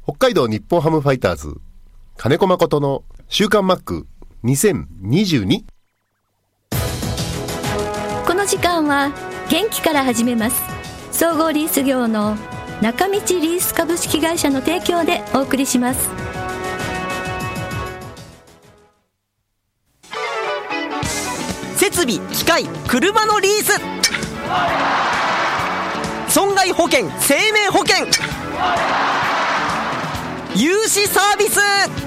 北海道日本ハムファイターズ金子誠の週刊マック2022。 この時間は元気から始めます。総合リース業の中道リース株式会社の提供でお送りします。 設備機械車のリース、損害保険生命保険、融資サービス、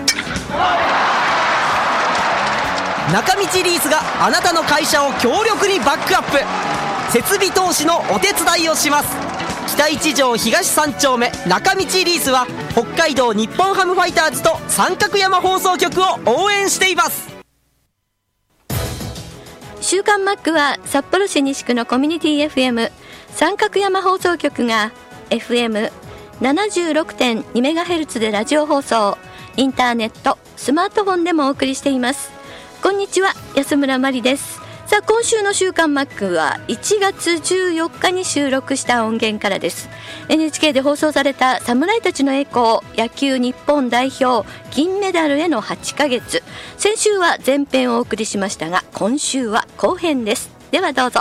中道リースがあなたの会社を強力にバックアップ、設備投資のお手伝いをします。北一条東3丁目中道リースは北海道日本ハムファイターズと三角山放送局を応援しています。 週刊マックは札幌市西区のコミュニティ FM 三角山放送局が FM76.2MHz でラジオ放送、インターネット、スマートフォンでもお送りしています。こんにちは、安村麻里です。さあ、今週の週刊マックは1月14日に収録した音源からです。 NHK で放送された侍たちの栄光、野球日本代表銀メダルへの8ヶ月。先週は前編をお送りしましたが、今週は後編です。ではどうぞ。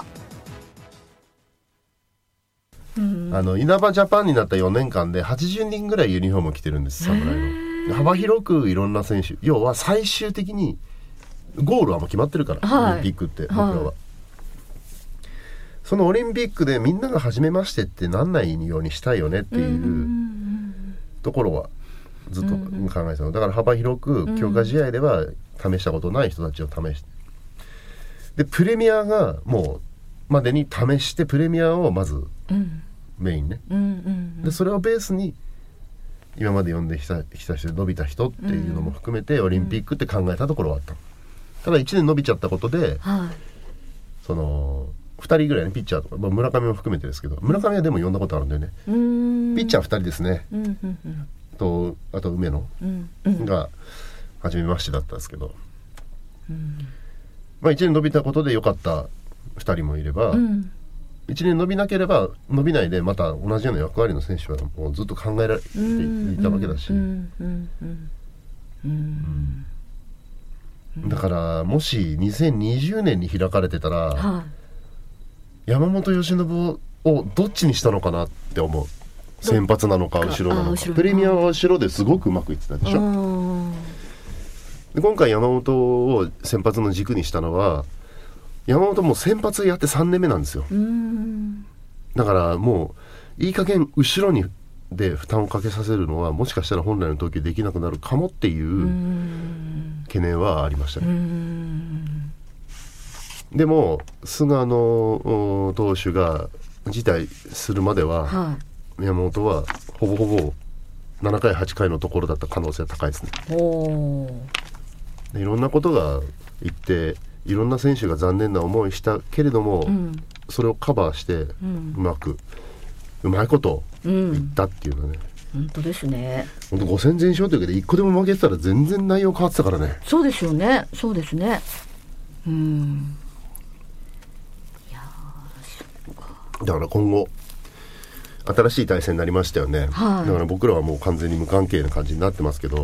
稲葉ジャパンになった4年間で80人ぐらいユニフォームを着てるんです。侍の幅広くいろんな選手、要は最終的にゴールはもう決まってるから、オリンピックって僕らは、そのオリンピックでみんなが初めましてってなんないようにしたいよねっていうところはずっと考えてたの。だから幅広く強化試合では試したことない人たちを試して、でプレミアがもうまでに試して、プレミアをまずメインね、でそれをベースに今まで呼んできた人で伸びた人っていうのも含めてオリンピックって考えたところはあった。ただ1年伸びちゃったことで、その2人ぐらいね、ピッチャーとか、村上も含めてですけど、村上はでも呼んだことあるんだよね。ピッチャー2人ですね、とあと梅野が初めましてだったんですけど、1年伸びたことで良かった2人もいれば、1年伸びなければ伸びないでまた同じような役割の選手はもうずっと考えられていたわけだし、だからもし2020年に開かれてたら、山本由伸をどっちにしたのかなって思う。先発なのか後ろなのか。プレミアは後ろですごくうまくいってたでしょ。で今回山本を先発の軸にしたのは、山本も先発やって3年目なんですよ。だからもういい加減後ろにで負担をかけさせるのは、もしかしたら本来の投球できなくなるかもっていう懸念はありましたね。でも菅野投手が辞退するまでは、山本はほぼほぼ7回8回のところだった可能性は高いですね。でいろんなことが言って、いろんな選手が残念な思いしたけれども、それをカバーしてうまいこと言ったっていうのね、 本当ですね。 本当5戦全勝というけど、1個でも負けてたら全然内容変わってたからね。 そうですよね、そうですね。いやだから今後新しい対戦になりましたよね、だから僕らはもう完全に無関係な感じになってますけど、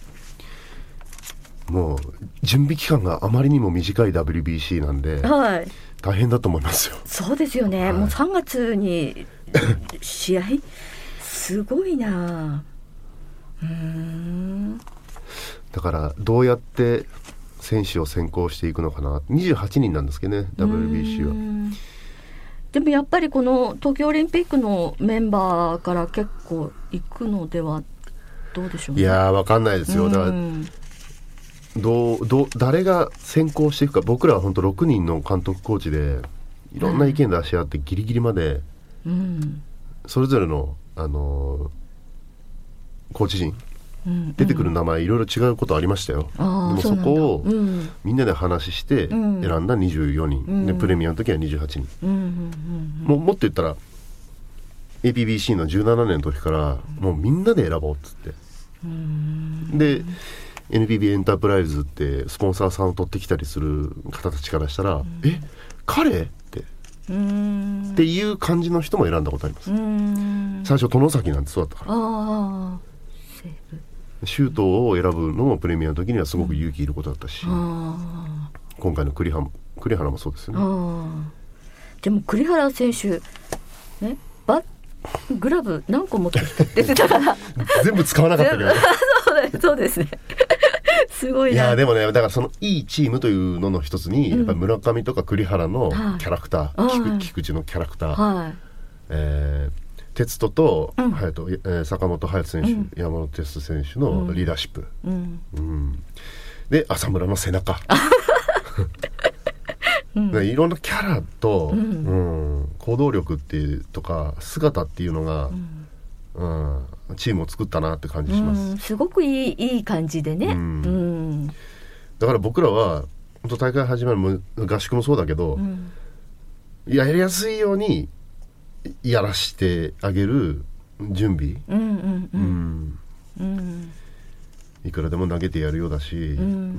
もう準備期間があまりにも短い WBC なんで、大変だと思いますよ。 そうですよね、もう3月に試合すごいな。 だからどうやって選手を選考していくのかな。28人なんですけどね、 WBC は。 でもやっぱりこの東京オリンピックのメンバーから結構行くのではどうでしょうね。 いやー分かんないですよ。だから誰が選考していくか。僕らは本当6人の監督コーチでいろんな意見出し合ってギリギリまで、それぞれの、コーチ陣、出てくる名前いろいろ違うことありましたよ。でもそこをみんなで話して選んだ24人、でプレミアの時は28人、もっと言ったら APBC の17年の時からもうみんなで選ぼうっつって、で NPB エンタープライズってスポンサーさんを取ってきたりする方たちからしたら、彼っていう感じの人も選んだことあります。最初殿崎なんてそうだったから。 シュートを選ぶのもプレミアの時にはすごく勇気いることだったし、今回の栗原もそうですよね。 でも栗原選手ね、グラブ何個持ってきてって言ってたから全部使わなかったけどそうですねすごいな。 いやでもね、だからそのいいチームというのの一つに、やっぱり村上とか栗原のキャラクター、菊池のキャラクター、哲人と、坂本勇人選手、山本哲人選手のリーダーシップ、で浅村の背中いろんなキャラと、行動力っていうとか姿っていうのが、チームを作ったなって感じします。 すごくいい感じでね、 だから僕らは本当大会始まる合宿もそうだけど、やりやすいようにやらしてあげる準備、いくらでも投げてやるようだし、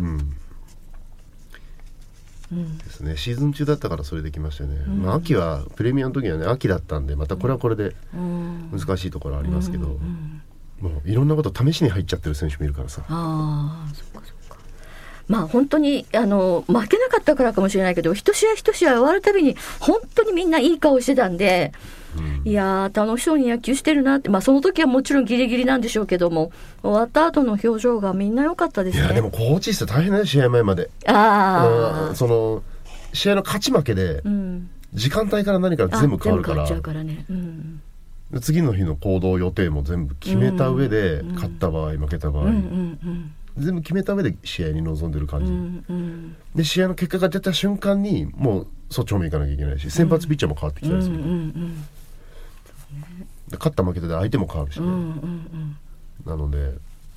ですね、シーズン中だったからそれできましたよね。秋はプレミアの時はね、秋だったんでまたこれはこれで難しいところありますけど、もういろんなこと試しに入っちゃってる選手もいるからさ。 そっかそっか。まあ本当に負けなかったからかもしれないけど、一試合一試合終わるたびに本当にみんないい顔してたんで、いや楽しそうに野球してるなって、その時はもちろんギリギリなんでしょうけども、終わった後の表情がみんな良かったですね。 いやでもコーチ室大変だよ、試合前まで。その試合の勝ち負けで、時間帯から何から全部変わるから、次の日の行動予定も全部決めた上で、勝った場合負けた場合、全部決めた上で試合に臨んでる感じ、で試合の結果が出た瞬間にもうそっち方面行かなきゃいけないし、先発ピッチャーも変わってきたりする、で勝った負けたで相手も変わるしね、なので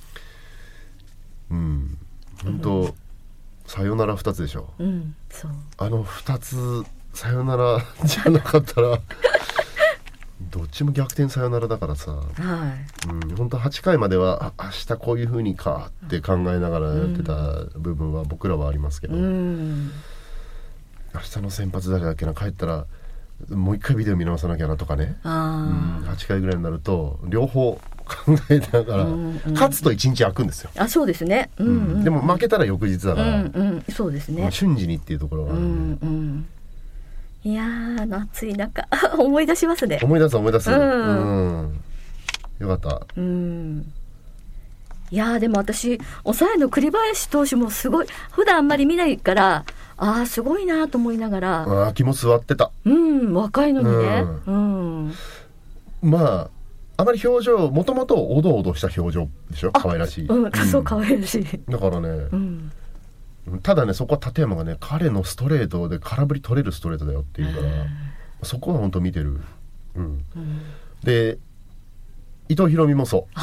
本当さよなら2つでしょ、 そう、 あの2つさよならじゃなかったらどっちも逆転さよならだからさ、本当8回までは明日こういう風にかって考えながらやってた部分は僕らはありますけど、明日の先発誰だっけな、帰ったらもう一回ビデオ見直さなきゃなとかね、8回ぐらいになると両方考えながら、勝つと1日空くんですよ。 そうですね、 でも負けたら翌日だから、 そうですね、 瞬時にっていうところがあるんで、 いやー暑い中思い出しますね。 思い出す、よかった。 いやーでも私抑えの栗林投手もすごい、普段あんまり見ないからすごいなと思いながら、 気も座ってた。 若いのにね、 あまり表情もともとおどおどした表情でしょ、可愛らしい、 そう可愛らしい。 だからね、ただね、そこは立山がね、彼のストレートで空振り取れるストレートだよっていうから、そこは本当見てる、で伊藤大海もそう、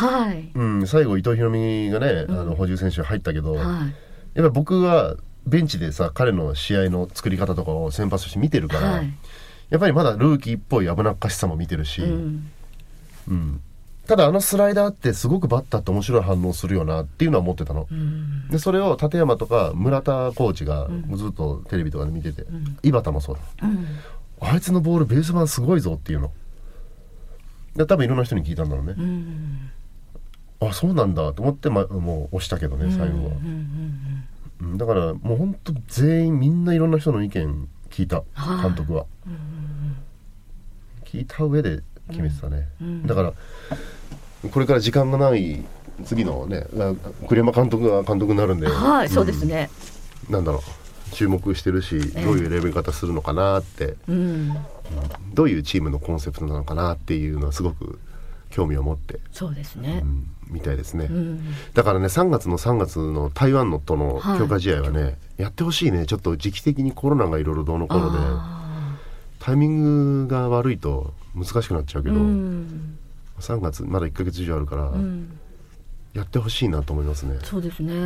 最後伊藤大海がね、補充選手入ったけど、やっぱり僕はベンチでさ、彼の試合の作り方とかを先発として見てるから、やっぱりまだルーキーっぽい危なっかしさも見てるし、ただスライダーってすごくバッターって面白い反応するよなっていうのは思ってたの、でそれを立山とか村田コーチがずっとテレビとかで見てて、井端もそうだ、あいつのボールベース板すごいぞっていうので、多分いろんな人に聞いたんだろうね、そうなんだと思って、もう押したけどね最後は、だからもう本当全員みんないろんな人の意見聞いた、監督は、聞いた上で決めてたね、だからこれから時間がない次のね、栗山監督が監督になるんで、 そうですね、 なんだろう、注目してるし、どういう選び方するのかなって、どういうチームのコンセプトなのかなっていうのはすごく興味を持って、 そうですね、 みたいですね、だからね3月の台湾のとの強化試合はね、やってほしいね。ちょっと時期的にコロナがいろいろどうのこうのでタイミングが悪いと難しくなっちゃうけど、3月まだ1ヶ月以上あるから、やってほしいなと思いますね。 そうですね、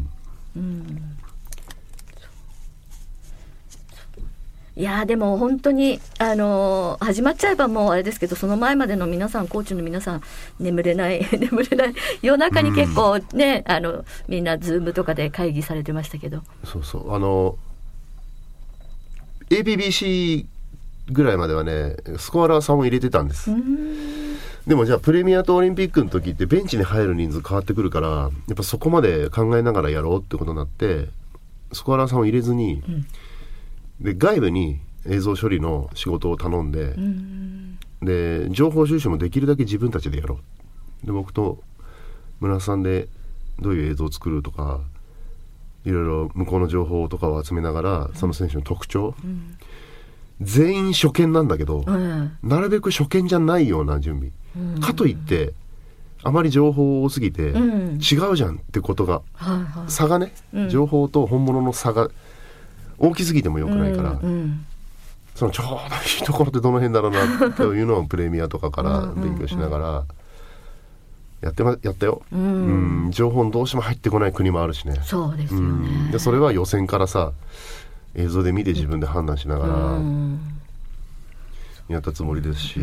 いやでも本当に始まっちゃえばもうあれですけど、その前までの皆さん、コーチの皆さん眠れない夜中に結構ね、みんなズームとかで会議されてましたけど、APBC ぐらいまではねスコアラーさんを入れてたんです。 でもじゃあプレミアとオリンピックの時ってベンチに入る人数変わってくるから、やっぱそこまで考えながらやろうってことになって、スコアラーさんを入れずに、で外部に映像処理の仕事を頼んで、で情報収集もできるだけ自分たちでやろう。で僕と村瀬さんでどういう映像を作るとか、いろいろ向こうの情報とかを集めながら、その選手の特徴、全員初見なんだけど、なるべく初見じゃないような準備、かといってあまり情報多すぎて、違うじゃんってことが、差がね、情報と本物の差が大きすぎてもよくないから、そのちょうどいいところってどの辺だろうなというのをプレミアとかから勉強しながらやったよ、情報どうしても入ってこない国もあるしね。 そうですよね、 でそれは予選からさ映像で見て自分で判断しながらやったつもりですし、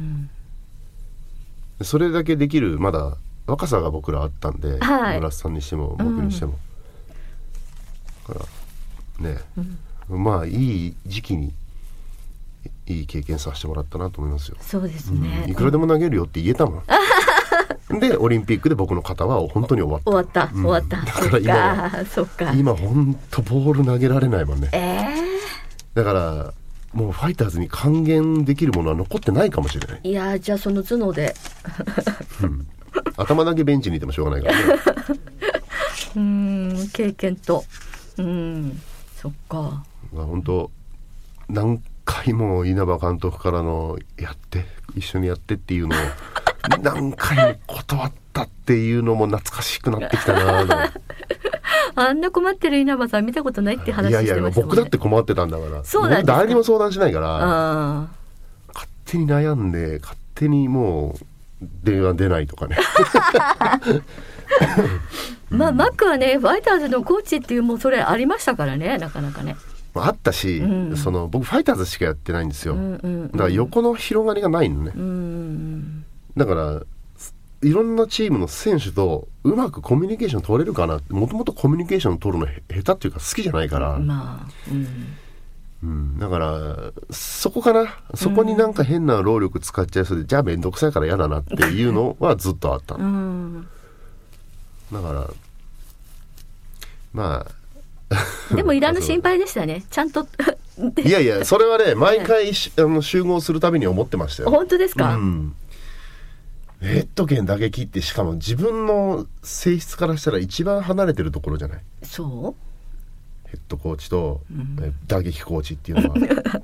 それだけできるまだ若さが僕らあったんで、村瀬さんにしても僕にしても、だからね、まあいい時期にいい経験させてもらったなと思いますよ。 そうですね、 いくらでも投げるよって言えたもんでオリンピックで僕の肩は本当に終わった。だから今本当ボール投げられないもんね、だからもうファイターズに還元できるものは残ってないかもしれない。 いやじゃあその頭脳で、 頭だけベンチにいてもしょうがないからね経験と、そっか。 本当何回も稲葉監督からの一緒にやってっていうのを何回も断ったっていうのも懐かしくなってきたなあんな困ってる稲葉さん見たことないって話してましたもんね。 いや僕だって困ってたんだから。 そうなんですか。 僕誰にも相談しないから、勝手に悩んで勝手にもう電話出ないとかねマックはねファイターズのコーチっていうもうそれありましたからね、なかなかねあったし、僕ファイターズしかやってないんですよ、だから横の広がりがないのね、だからいろんなチームの選手とうまくコミュニケーション取れるかなって。もともとコミュニケーション取るの下手っていうか好きじゃないから、だからそこかな、そこになんか変な労力使っちゃいそうで、じゃあめんどくさいから嫌だなっていうのはずっとあった、だからまあでもいらぬ心配でしたね、ちゃんといやそれはね毎回、集合するたびに思ってましたよ。 本当ですか。 ヘッド権だけ切って、しかも自分の性質からしたら一番離れてるところじゃない。 そうヘッドコーチと、打撃コーチっていうのは、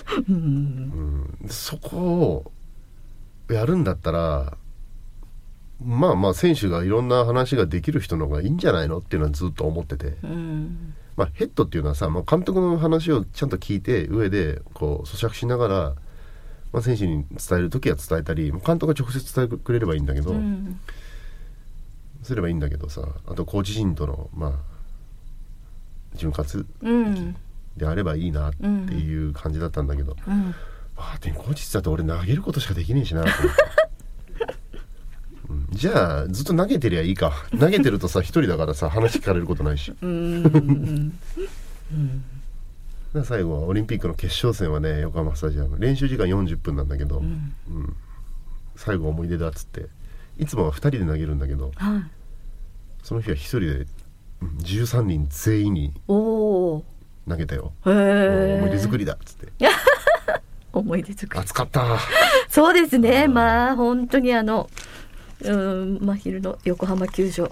そこをやるんだったらまあ選手がいろんな話ができる人の方がいいんじゃないのっていうのはずっと思ってて、ヘッドっていうのはさ、監督の話をちゃんと聞いて上でこう咀嚼しながら、選手に伝えるときは伝えたり、監督が直接伝えてくれればいいんだけど、すればいいんだけどさ、あとコーチ陣との潤滑であればいいなっていう感じだったんだけど、でもコーチだと俺投げることしかできねえしなと思ってじゃあずっと投げてりゃいいか。投げてるとさ一人だからさ話聞かれることないし最後はオリンピックの決勝戦はね、横浜スタジアム練習時間40分なんだけど、最後思い出だっつって、いつもは2人で投げるんだけど、その日は1人で13人全員に投げたよ。思い出作りだっつって思い出作り暑かった。そうですね、本当に真昼の横浜球場、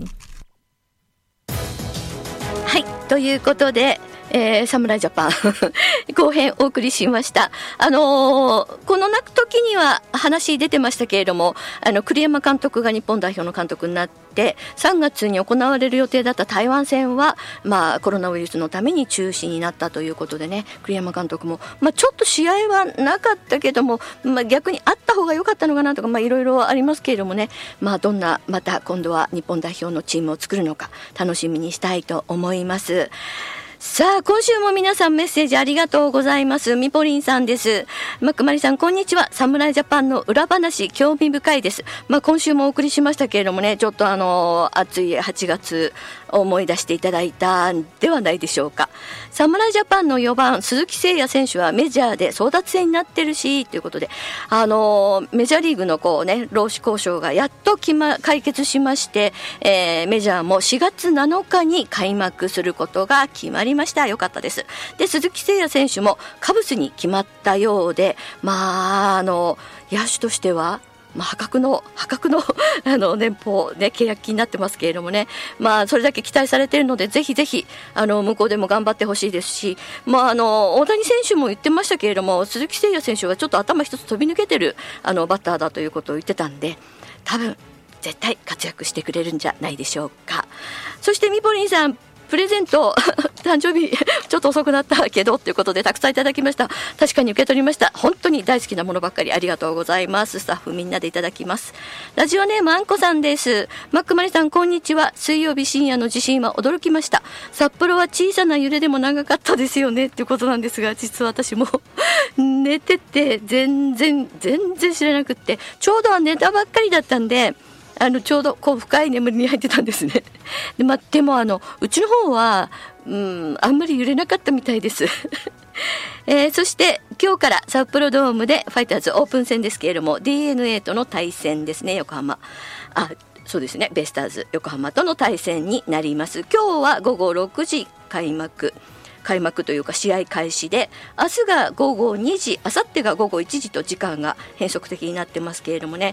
はいということで、侍ジャパン後編お送りしました。この時には話出てましたけれども、栗山監督が日本代表の監督になって3月に行われる予定だった台湾戦は、コロナウイルスのために中止になったということでね、栗山監督も、ちょっと試合はなかったけども、逆にあった方が良かったのかなとか、いろいろありますけれどもね、どんなまた今度は日本代表のチームを作るのか楽しみにしたいと思います。 さあ今週も皆さんメッセージありがとうございます。みぽりんさんです。マックマリさんこんにちは。侍ジャパンの裏話興味深いです。今週もお送りしましたけれどもね、ちょっと暑い8月を思い出していただいたんではないでしょうか。侍ジャパンの4番鈴木誠也選手はメジャーで争奪戦になってるしということで、メジャーリーグの労使交渉がやっと解決しまして、メジャーも4月7日に開幕することが決まりました。よかったです。で鈴木誠也選手もカブスに決まったようで、野手としては破格の年俸ね契約金になってますけれどもね、それだけ期待されているのでぜひぜひ向こうでも頑張ってほしいですし、大谷選手も言ってましたけれども、鈴木誠也選手はちょっと頭一つ飛び抜けてるバッターだということを言ってたんで、多分絶対活躍してくれるんじゃないでしょうか。そしてみぽりんさんプレゼント誕生日ちょっと遅くなったけどということでたくさんいただきました。確かに受け取りました。本当に大好きなものばっかりありがとうございます。スタッフみんなでいただきます。ラジオネームあんこさんです。マックマリさんこんにちは。水曜日深夜の地震は驚きました。札幌は小さな揺れでも長かったですよねっていうことなんですが、実は私も寝てて全然知らなくって、ちょうど寝たばっかりだったんでちょうど深い眠りに入ってたんですね。でもうちの方はあんまり揺れなかったみたいです、そして今日から札幌ドームでファイターズオープン戦ですけれども DNA との対戦ですね。そうですね、ベイスターズ横浜との対戦になります。今日は午後6時開幕というか試合開始で、明日が午後2時、明後日が午後1時と時間が変則的になってますけれどもね、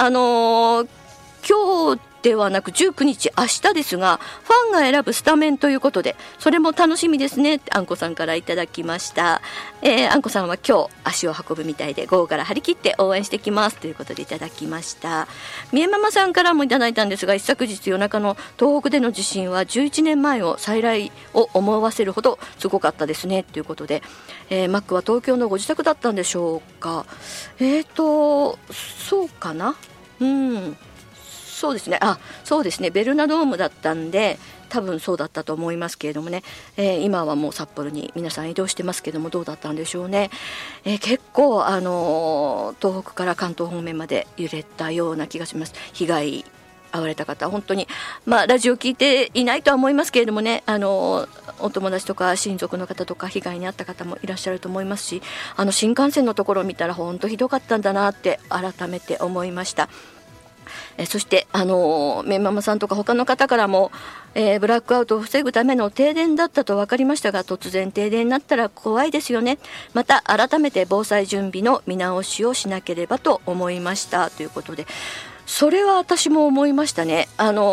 今日ではなく19日明日ですが、ファンが選ぶスタメンということで、それも楽しみですねってあんこさんからいただきました。あんこさんは今日足を運ぶみたいで午後から張り切って応援してきますということでいただきました。みえママさんからもいただいたんですが、一昨日夜中の東北での地震は11年前を再来を思わせるほどすごかったですねということで、マックは東京のご自宅だったんでしょうか。そうかな、そうですね、ベルナドームだったんで多分そうだったと思いますけれどもね、今はもう札幌に皆さん移動してますけども、どうだったんでしょうね。結構東北から関東方面まで揺れたような気がします。被害遭われた方本当に、ラジオ聞いていないとは思いますけれどもね、お友達とか親族の方とか被害に遭った方もいらっしゃると思いますし、新幹線のところを見たら本当ひどかったんだなって改めて思いました。そしてメンママさんとか他の方からも、ブラックアウトを防ぐための停電だったと分かりましたが、突然停電になったら怖いですよね。また改めて防災準備の見直しをしなければと思いましたということで、それは私も思いましたね。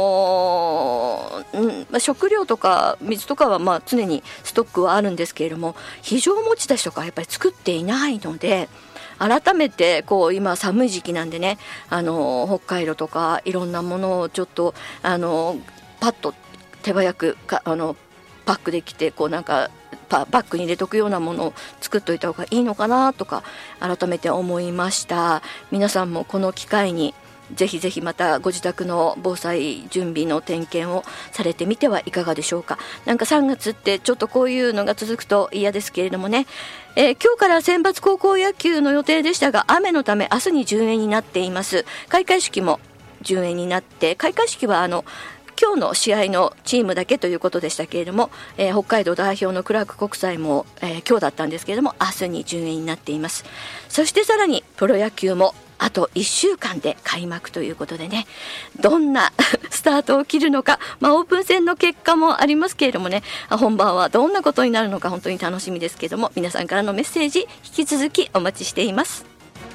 食料とか水とかは常にストックはあるんですけれども、非常持ち出しとかやっぱり作っていないので、改めて今寒い時期なんでね、北海道とかいろんなものをちょっとパッと手早くパックできてバッグに入れとくようなものを作っといた方がいいのかなとか改めて思いました。皆さんもこの機会にぜひぜひまたご自宅の防災準備の点検をされてみてはいかがでしょうか。3月ってちょっとこういうのが続くと嫌ですけれどもね、今日から選抜高校野球の予定でしたが、雨のため明日に順延になっています。開会式も順延になって、開会式は今日の試合のチームだけということでしたけれども、北海道代表のクラーク国際も、今日だったんですけれども明日に順延になっています。そしてさらにプロ野球もあと1週間で開幕ということでね、どんなスタートを切るのか、オープン戦の結果もありますけれどもね、本番はどんなことになるのか本当に楽しみですけれども、皆さんからのメッセージ引き続きお待ちしています。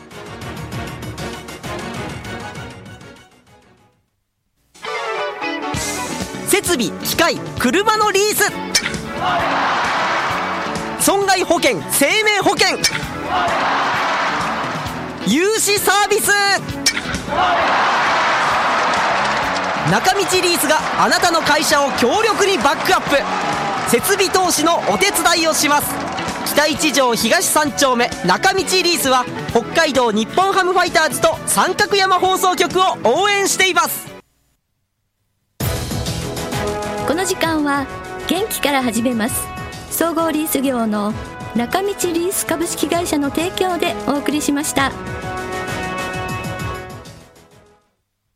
設備機械車のリース、損害保険生命保険、融資サービス、中道リースがあなたの会社を強力にバックアップ、設備投資のお手伝いをします。北一条東三丁目中道リースは北海道日本ハムファイターズと三角山放送局を応援しています。 この時間は元気から始めます。 総合リース業の中道リース株式会社の提供でお送りしました。